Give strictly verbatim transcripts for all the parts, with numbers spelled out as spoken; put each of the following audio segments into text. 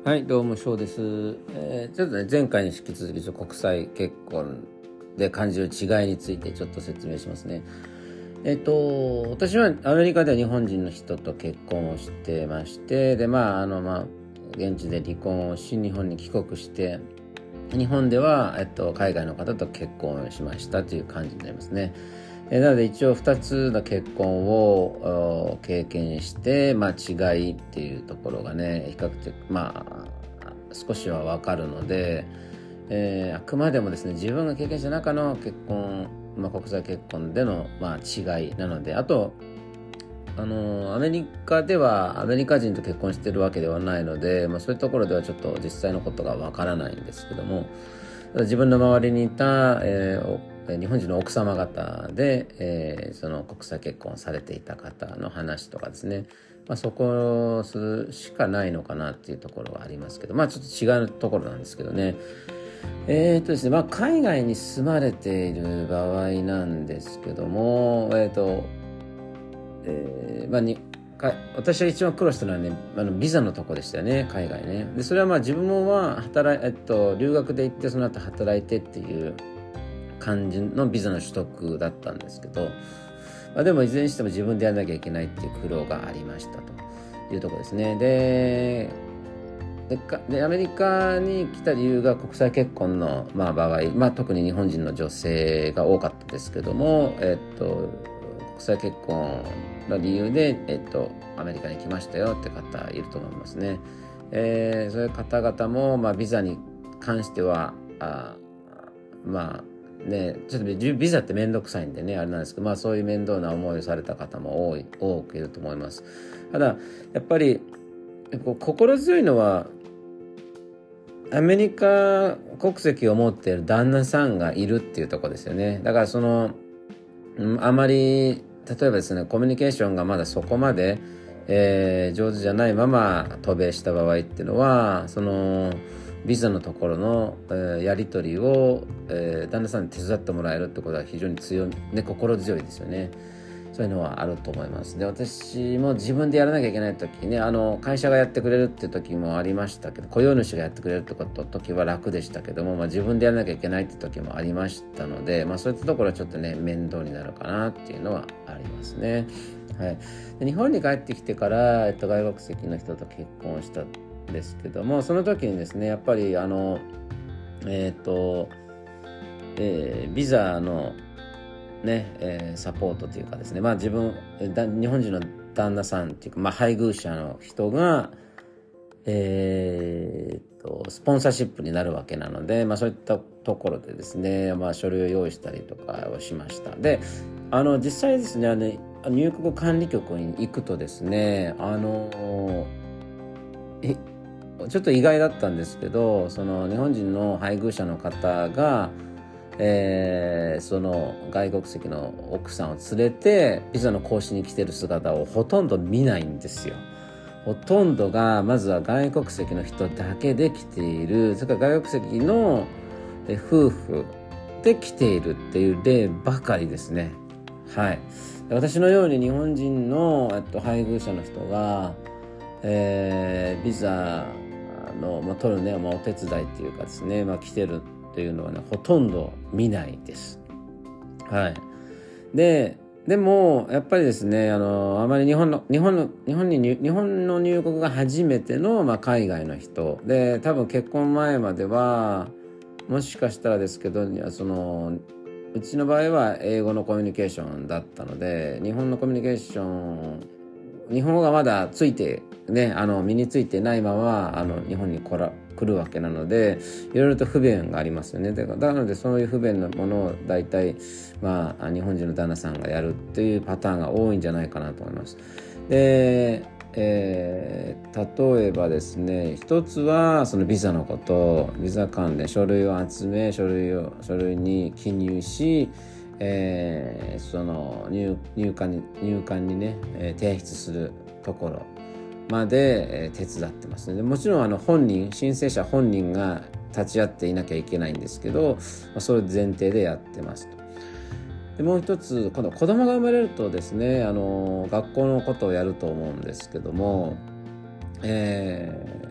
はい、どうも翔です。えー、ちょっとね、前回に引き続き国際結婚で感じる違いについてちょっと説明しますね。えっと私はアメリカでは日本人の人と結婚をしてまして、でまああのまあ現地で離婚をし、日本に帰国して、日本では、えっと、海外の方と結婚をしましたという感じになりますね。えなので一応ふたつの結婚を経験して、まあ、違いっていうところがね比較的まあ少しは分かるので、えー、あくまでもですね自分が経験した中の結婚、まあ、国際結婚での、まあ、違いなので、あとあのアメリカではアメリカ人と結婚してるわけではないので、まあ、そういうところではちょっと実際のことが分からないんですけども、自分の周りにいた、えー日本人の奥様方で、えー、その国際結婚されていた方の話とかですね、まあ、そこをするしかないのかなっていうところはありますけど、まあちょっと違うところなんですけどね。えーとですね、まあ海外に住まれている場合なんですけども、えーと、えー、まあに私が一番苦労したのはね、あのビザのとこでしたよね、海外ね。でそれはまあ自分は働い、えっと、留学で行ってその後働いてっていう感じのビザの取得だったんですけど、まあ、でもいずれにしても自分でやらなきゃいけないっていう苦労がありましたというところですね。でででアメリカに来た理由が国際結婚の、まあ、場合、まあ、特に日本人の女性が多かったですけども、えっと、国際結婚の理由で、えっと、アメリカに来ましたよって方いると思いますね。えー、そういう方々も、まあ、ビザに関してはあまあね、ちょっとビザって面倒くさいんでねあれなんですけど、まあそういう面倒な思いをされた方も多い多くいると思います。ただやっぱり心強いのはアメリカ国籍を持っている旦那さんがいるっていうところですよね。だからそのあまり例えばですねコミュニケーションがまだそこまで、えー、上手じゃないまま渡米した場合っていうのは、そのビザのところの、えー、やり取りを、えー、旦那さんに手伝ってもらえるってことは非常に強い、ね、心強いですよね。そういうのはあると思います。で、私も自分でやらなきゃいけない時ね、あの会社がやってくれるっていう時もありましたけど、雇用主がやってくれるってこと時は楽でしたけども、まあ、自分でやらなきゃいけないって時もありましたので、まあ、そういったところはちょっとね面倒になるかなっていうのはありますね。はい、で日本に帰ってきてから、えっと、外国籍の人と結婚したんですけども、その時にですねやっぱりあのえっ、ー、と、えー、ビザのねえー、サポートというかですね、まあ自分だ日本人の旦那さんっていうか、まあ、配偶者の人が、えー、とスポンサーシップになるわけなので、まあ、そういったところでですね、まあ、書類を用意したりとかをしました。であの実際ですね、あの入国管理局に行くとですね、あのえちょっと意外だったんですけど、その日本人の配偶者の方がえー、その外国籍の奥さんを連れてビザの更新に来てる姿をほとんど見ないんですよ。ほとんどがまずは外国籍の人だけで来ている、それから外国籍の夫婦で来ているっていう例ばかりですね。はい。私のように日本人の、えっと、配偶者の人が、えー、ビザの、まあ、取るね、まあ、お手伝いっていうかですね、まあ、来てるというのはねほとんど見ないです。はい。ででもやっぱりですね、あのあまり日本の日本の日本に日本の入国が初めての、まあ、海外の人で、多分結婚前まではもしかしたらですけど、そのうちの場合は英語のコミュニケーションだったので、日本のコミュニケーション日本語がまだついてね、あの身についてないままあの日本に来ら来るわけなので、いろいろと不便がありますよね。だからなのでそういう不便なものを大体、まあ、日本人の旦那さんがやるっていうパターンが多いんじゃないかなと思います。で、えー、例えばですね、一つはそのビザのこと、ビザ関連書類を集め、書類を書類に記入し、えー、その 入, 入管に入管にね、えー、提出するところまで、えー、手伝ってますね。でもちろんあの本人申請者本人が立ち会っていなきゃいけないんですけど、まあ、それを前提でやってますと。でもう一つ、今度子供が生まれるとですね、あの学校のことをやると思うんですけども、えー、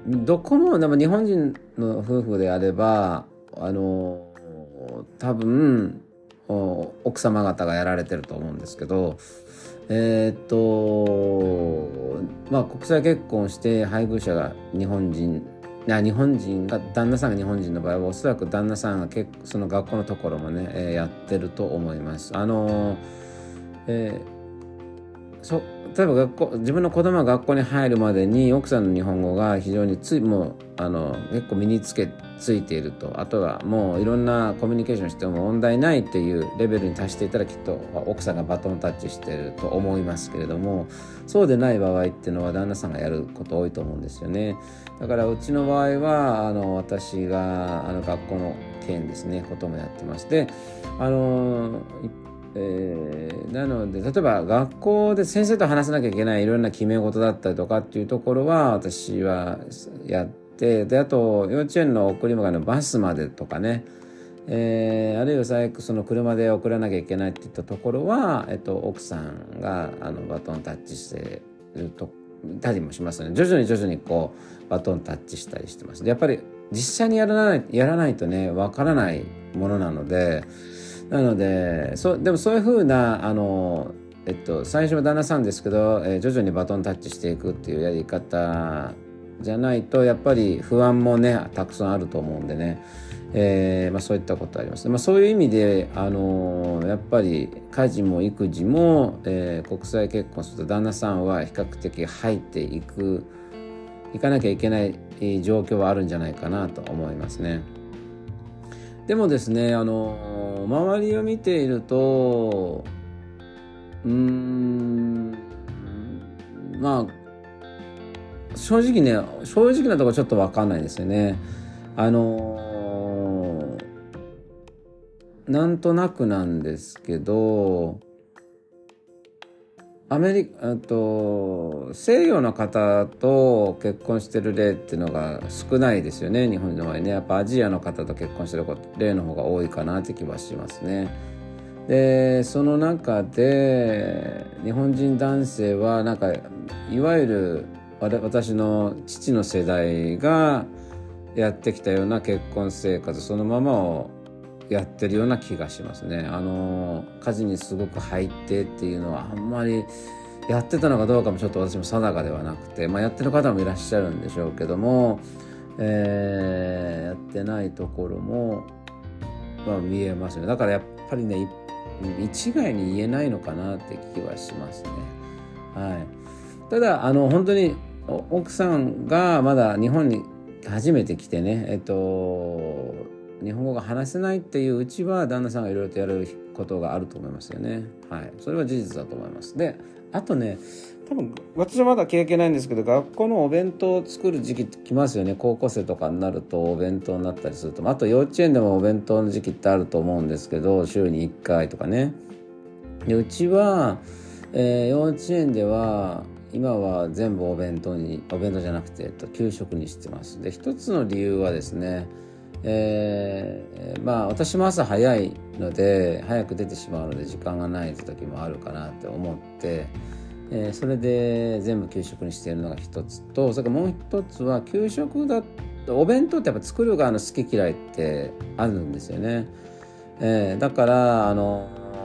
どこもでも日本人の夫婦であればあの多分奥様方がやられてると思うんですけど、えー、っとまあ国際結婚して配偶者が日本人日本人が旦那さんが日本人の場合はおそらく旦那さんが結その学校のところもね、えー、やってると思います。あの、えー、そ例えば学校自分の子供が学校に入るまでに奥さんの日本語が非常についもうあの結構身につけついていると、あとはもういろんなコミュニケーションしても問題ないっていうレベルに達していたらきっと奥さんがバトンタッチしていると思いますけれども、そうでない場合っていうのは旦那さんがやること多いと思うんですよね。だからうちの場合はあの私があの学校の件ですねこともやってまして、あのえー、なので例えば学校で先生と話さなきゃいけないいろんな決め事だったりとかっていうところは私はやってで、あと幼稚園の送り迎えのバスまでとかね、えー、あるいは最悪その車で送らなきゃいけないっていったところは、えっと、奥さんがあのバトンタッチしてるとたりもしますね。徐々に徐々にこうバトンタッチしたりしてます。でやっぱり実際にやらないやらないとねわからないものなので。なのでそでもそういうふうなあの、えっと、最初は旦那さんですけど、えー、徐々にバトンタッチしていくっていうやり方じゃないとやっぱり不安もねたくさんあると思うんでね、えーまあ、そういったことあります、まあ、そういう意味で、あのやっぱり家事も育児も、えー、国際結婚すると旦那さんは比較的入っていくいかなきゃいけない状況はあるんじゃないかなと思いますね。でもですね、あの周りを見ているとうーんまあ正直ね正直なところちょっと分かんないですよね。あのなんとなくなんですけどアメリカと西洋の方と結婚してる例っていうのが少ないですよね、日本の場合ね。やっぱアジアの方と結婚してる例の方が多いかなって気はしますね。でその中で日本人男性はなんかいわゆる私の父の世代がやってきたような結婚生活そのままをやってるような気がしますね。あの家事にすごく入ってっていうのはあんまりやってたのかどうかもちょっと私も定かではなくて、まあ、やってる方もいらっしゃるんでしょうけども、えー、やってないところも、まあ、見えますね。だからやっぱりね一概に言えないのかなって気はしますね。はい、ただあの本当に奥さんがまだ日本に初めて来てねえっと日本語が話せないっていううちは旦那さんがいろいろとやることがあると思いますよね。はい、それは事実だと思います。で、あとね、多分私はまだ経験ないんですけど、学校のお弁当を作る時期来ますよね。高校生とかになるとお弁当になったりすると、あと幼稚園でもお弁当の時期ってあると思うんですけど、週にいっかいとかね。でうちは、えー、幼稚園では今は全部お弁当にお弁当じゃなくて、えっと、給食にしてます。で一つの理由はですね、えー、まあ私も朝早いので早く出てしまうので時間がないって時もあるかなって思って、えー、それで全部給食にしているのが一つと、それからもう一つは給食だお弁当ってやっぱ作る側の好き嫌いってあるんですよね。えー、だからあの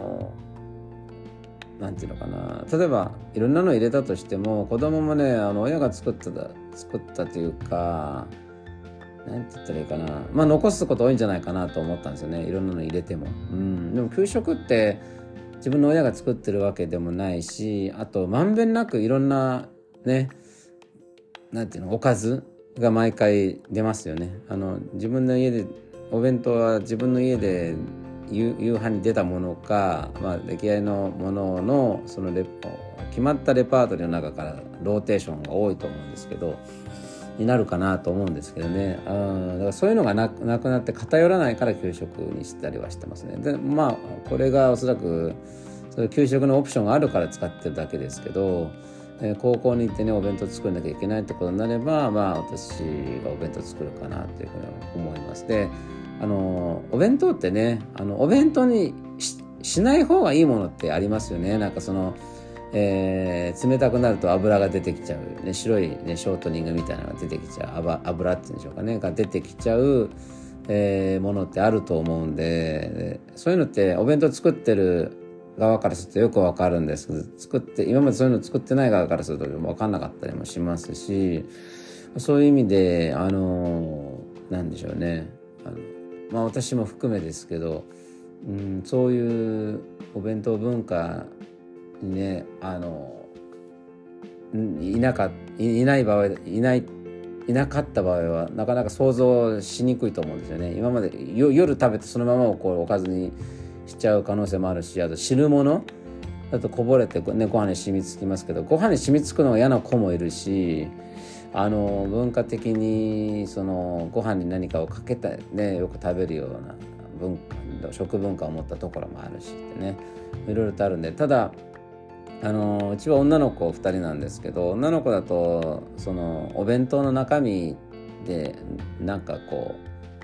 なんていうのかな、例えばいろんなの入れたとしても子供もねあの親が作った作ったというかなんて言ったらいいかな、まあ残すこと多いんじゃないかなと思ったんですよね、いろんなの入れても。うん、でも給食って自分の親が作ってるわけでもないし、あとまんべんなくいろんなねなんていうのおかずが毎回出ますよね。あの自分の家でお弁当は自分の家で夕飯に出たものか、まあ、出来合いのもののそのレ決まったレパートリーの中からローテーションが多いと思うんですけどになるかなと思うんですけどね。あだからそういうのがなく、なくなって偏らないから給食にしたりはしてますね。でまあこれがおそらくそういう給食のオプションがあるから使ってるだけですけど、えー、高校に行ってねお弁当作んなきゃいけないってことになればまあ私がお弁当作るかなというふうに思います。であのお弁当ってねあのお弁当に し, しない方がいいものってありますよね。なんかそのえー、冷たくなると油が出てきちゃう、ね、白い、ね、ショートニングみたいなのが出てきちゃう、油っていうんでしょうかね、が出てきちゃう、えー、ものってあると思うんで、そういうのってお弁当作ってる側からするとよくわかるんですけど、作って今までそういうの作ってない側からすると分かんなかったりもしますし、そういう意味であのなんでしょうね、あの、まあ、私も含めですけど、うん、そういうお弁当文化にね、あのいなかいない場合いないいなかった場合はなかなか想像しにくいと思うんですよね。今まで夜食べてそのままをこうおかずにしちゃう可能性もあるし、あと汁物だとこぼれて、ね、ご飯に染みつきますけど、ご飯に染みつくのが嫌な子もいるし、あの文化的にそのご飯に何かをかけた、ね、よく食べるような文化食文化を持ったところもあるしってね、いろいろとあるんで、ただあのうちは女の子ふたりなんですけど、女の子だとそのお弁当の中身でなんかこ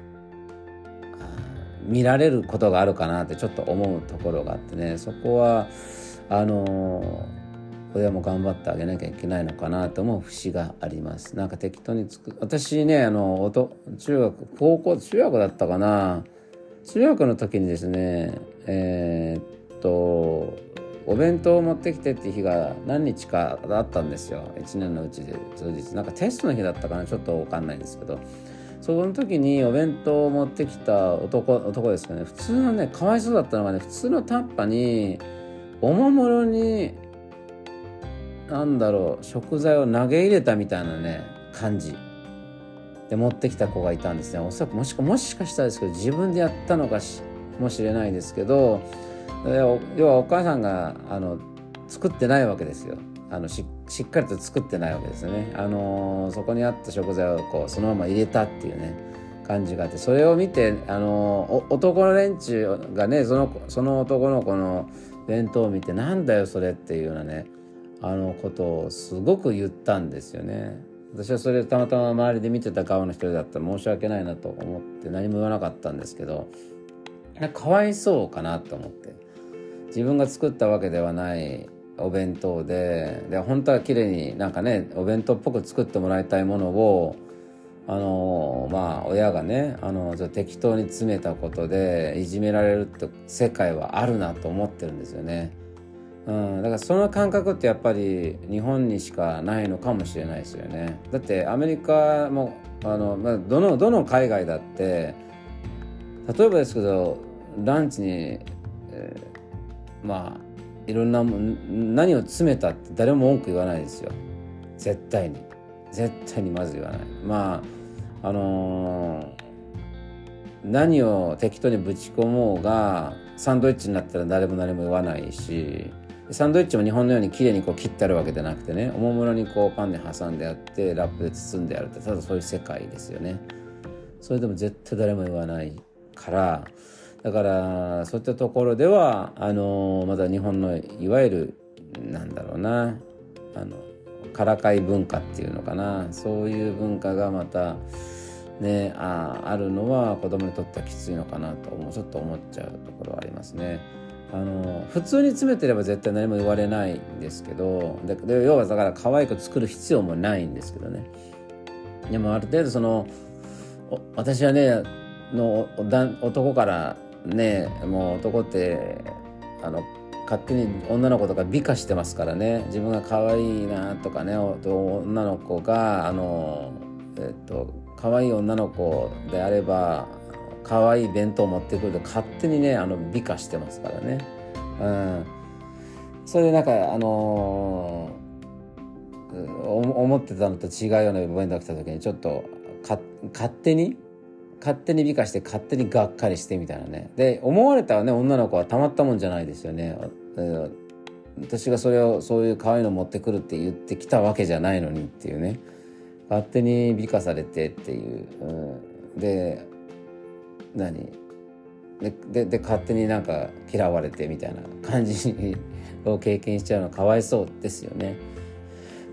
う見られることがあるかなってちょっと思うところがあってね、そこはあの親も頑張ってあげなきゃいけないのかなと思う節があります。なんか適当につく私ね、あのおと中学高校中学だったかな、中学の時にですね、えー、っとお弁当を持ってきてっていう日が何日かあったんですよ。いちねんのうちで数日、なんかテストの日だったかな、ちょっと分かんないんですけど、その時にお弁当を持ってきた男男ですかね、普通のね、かわいそうだったのがね、普通のタッパにおもむろになんだろう食材を投げ入れたみたいなね感じで持ってきた子がいたんですね。おそらくもしかもしかしたらですけど自分でやったのかしもしれないですけど、要はお母さんがあの作ってないわけですよ。あの し, しっかりと作ってないわけですよね。あのそこにあった食材をこうそのまま入れたっていうね感じがあって、それを見てあの男の連中がね、そのその男の子の弁当を見て、なんだよそれっていうようなねあのことをすごく言ったんですよね。私はそれをたまたま周りで見てた側の一人だったら申し訳ないなと思って何も言わなかったんですけど、かわいそうかなと思って、自分が作ったわけではないお弁当で、で本当は綺麗になんかねお弁当っぽく作ってもらいたいものをあのまあ親がねあの適当に詰めたことでいじめられるって世界はあるなと思ってるんですよね。うん、だからその感覚ってやっぱり日本にしかないのかもしれないですよね。だってアメリカもあの、まあ、どのどの海外だって例えばですけどランチに、えー、まあいろんな何を詰めたって誰も文句言わないですよ。絶対に絶対にまず言わない。まああのー、何を適当にぶち込もうがサンドイッチになったら誰も何も言わないし、サンドイッチも日本のように綺麗にこう切ってあるわけじゃなくてね、おもむろにこうパンで挟んであってラップで包んであるって、ただそういう世界ですよね。それでも絶対誰も言わないから、だからそういったところではあのまだ日本のいわゆるなんだろうなあのからかい文化っていうのかな、そういう文化がまたね あ, あるのは子供にとってはきついのかなと思うちょっと思っちゃうところはありますね。あの普通に詰めてれば絶対何も言われないんですけど、でで要はだから可愛く作る必要もないんですけどね。でもある程度その私はねの男からね、もう男ってあの勝手に女の子とか美化してますからね、自分が可愛いなとかね、女の子があのえっと可愛い女の子であれば可愛い弁当を持ってくると勝手にねあの美化してますからね。うん、それでなんかあのー、思ってたのと違うような弁当が来た時にちょっとか勝手に勝手に美化して勝手にがっかりしてみたいなね。で思われたね女の子はたまったもんじゃないですよね。私がそれをそういう可愛いの持ってくるって言ってきたわけじゃないのにっていうね、勝手に美化されてっていう、うん、で何で, で, で勝手になんか嫌われてみたいな感じを経験しちゃうのはかわいそうですよね。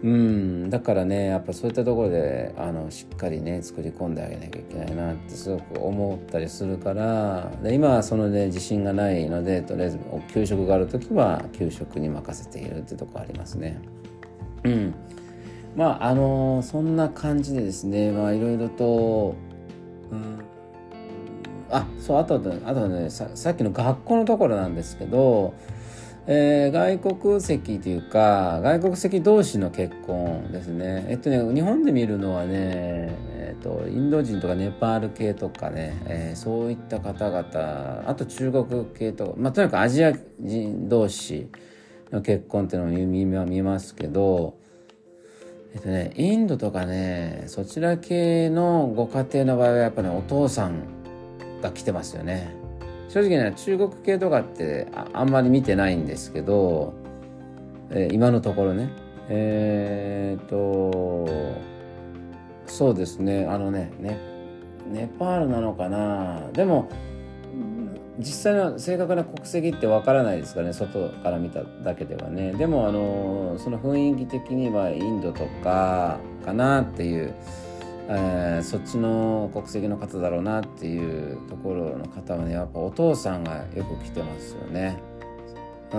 うん、だからねやっぱそういったところであのしっかりね作り込んであげなきゃいけないなってすごく思ったりするから、で今はそのね自信がないので、とりあえず給食がある時は給食に任せているってところありますね。うん、まああのそんな感じでですね、まあいろいろと、うん、あそうあとあとね さ, さっきの学校のところなんですけど、えー、外国籍というか外国籍同士の結婚ですね。えっとね日本で見るのはね、えっと、インド人とかネパール系とかね、えー、そういった方々、あと中国系とか、まあ、とにかくアジア人同士の結婚っていうのを 見, 見ますけど、えっとねインドとかねそちら系のご家庭の場合はやっぱり、ね、お父さんが来てますよね。正直ね中国系とかって あ, あんまり見てないんですけど、えー、今のところねえー、っとそうですねあのねねネパールなのかな、でも実際の正確な国籍ってわからないですからね、外から見ただけではね。でもあのその雰囲気的にはインドとかかなっていう、えー、そっちの国籍の方だろうなっていうところの方はね、やっぱお父さんがよく来てますよね。うん、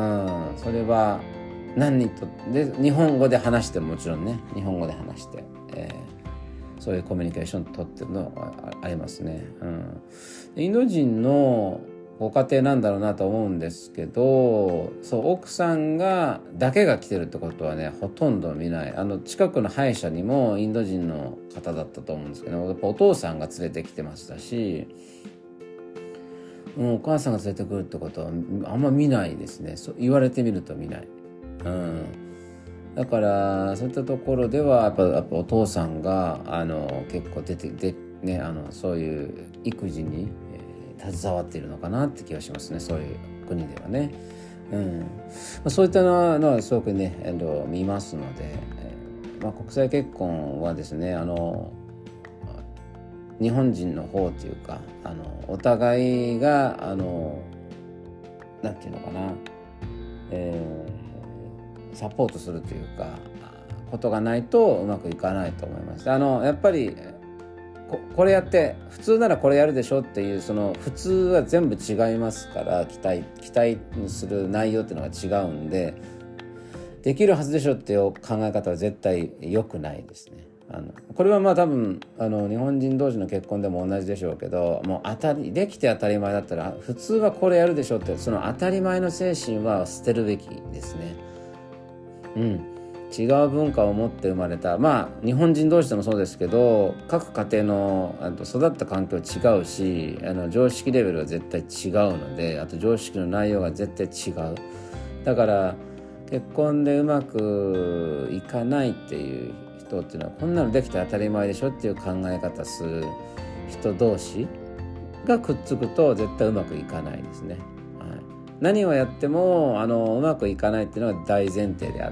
それは何人とで日本語で話してもちろんね日本語で話して、えー、そういうコミュニケーション取ってるのはありますね。うん、インド人のご家庭なんだろうなと思うんですけど、そう奥さんがだけが来てるってことはねほとんど見ない。あの近くの歯医者にもインド人の方だったと思うんですけど、やっぱお父さんが連れてきてましたし、もうお母さんが連れてくるってことはあんま見ないですね。そう言われてみると見ない。うん、だからそういったところではやっぱ、やっぱお父さんがあの結構出てで、ね、あのそういう育児に携わっているのかなって気がしますね、そういう国ではね。うん、まあ、そういったのはすごくね、えっと、見ますので、えーまあ、国際結婚はですね、あの日本人の方というか、あのお互いがあのなんていうのかな、えー、サポートするというかことがないとうまくいかないと思います。あのやっぱりこ, これやって普通ならこれやるでしょっていうその普通は全部違いますから、期待期待する内容っていうのが違うんで、できるはずでしょっていう考え方は絶対良くないですね。あのこれはまあ多分あの日本人同士の結婚でも同じでしょうけど、もう当たりできて当たり前だったら普通はこれやるでしょって、その当たり前の精神は捨てるべきですね。うん、違う文化を持って生まれた、まあ日本人同士でもそうですけど、各家庭のあと育った環境違うし、あの常識レベルは絶対違うので、あと常識の内容が絶対違う。だから結婚でうまくいかないっていう人っていうのは、こんなのできて当たり前でしょっていう考え方する人同士がくっつくと絶対うまくいかないですね。はい、何をやってもあのうまくいかないっていうのが大前提であって、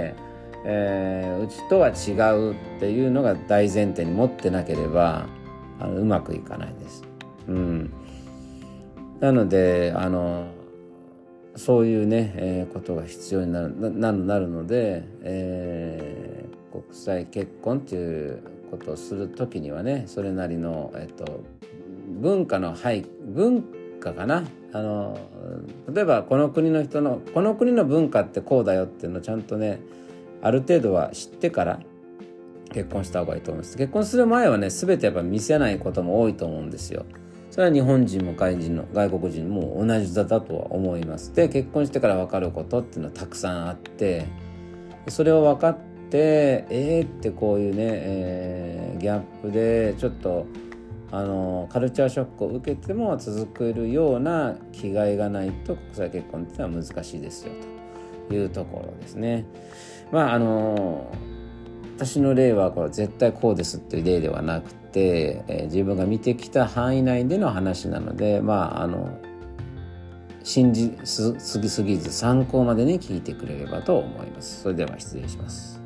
えー、うちとは違うっていうのが大前提に持ってなければあのうまくいかないです。うん、なのであのそういうね、えー、ことが必要になる、な, なるので、えー、国際結婚っていうことをするときにはね、それなりの、えっと、文化の背文化かな、あの例えばこの国の人のこの国の文化ってこうだよっていうのをちゃんとねある程度は知ってから結婚した方がいいと思います。結婚する前はね全てやっぱ見せないことも多いと思うんですよ。それは日本人も外人の外国人も同じだとは思います。で結婚してから分かることっていうのはたくさんあって、それを分かってえーってこういうね、えー、ギャップでちょっとあのカルチャーショックを受けても続けるような気概がないと国際結婚っていうのは難しいですよというところですね。まああの私の例はこれ絶対こうですっていう例ではなくて、えー、自分が見てきた範囲内での話なので、まああの信じすぎすぎず参考までに聞いてくれればと思います。それでは失礼します。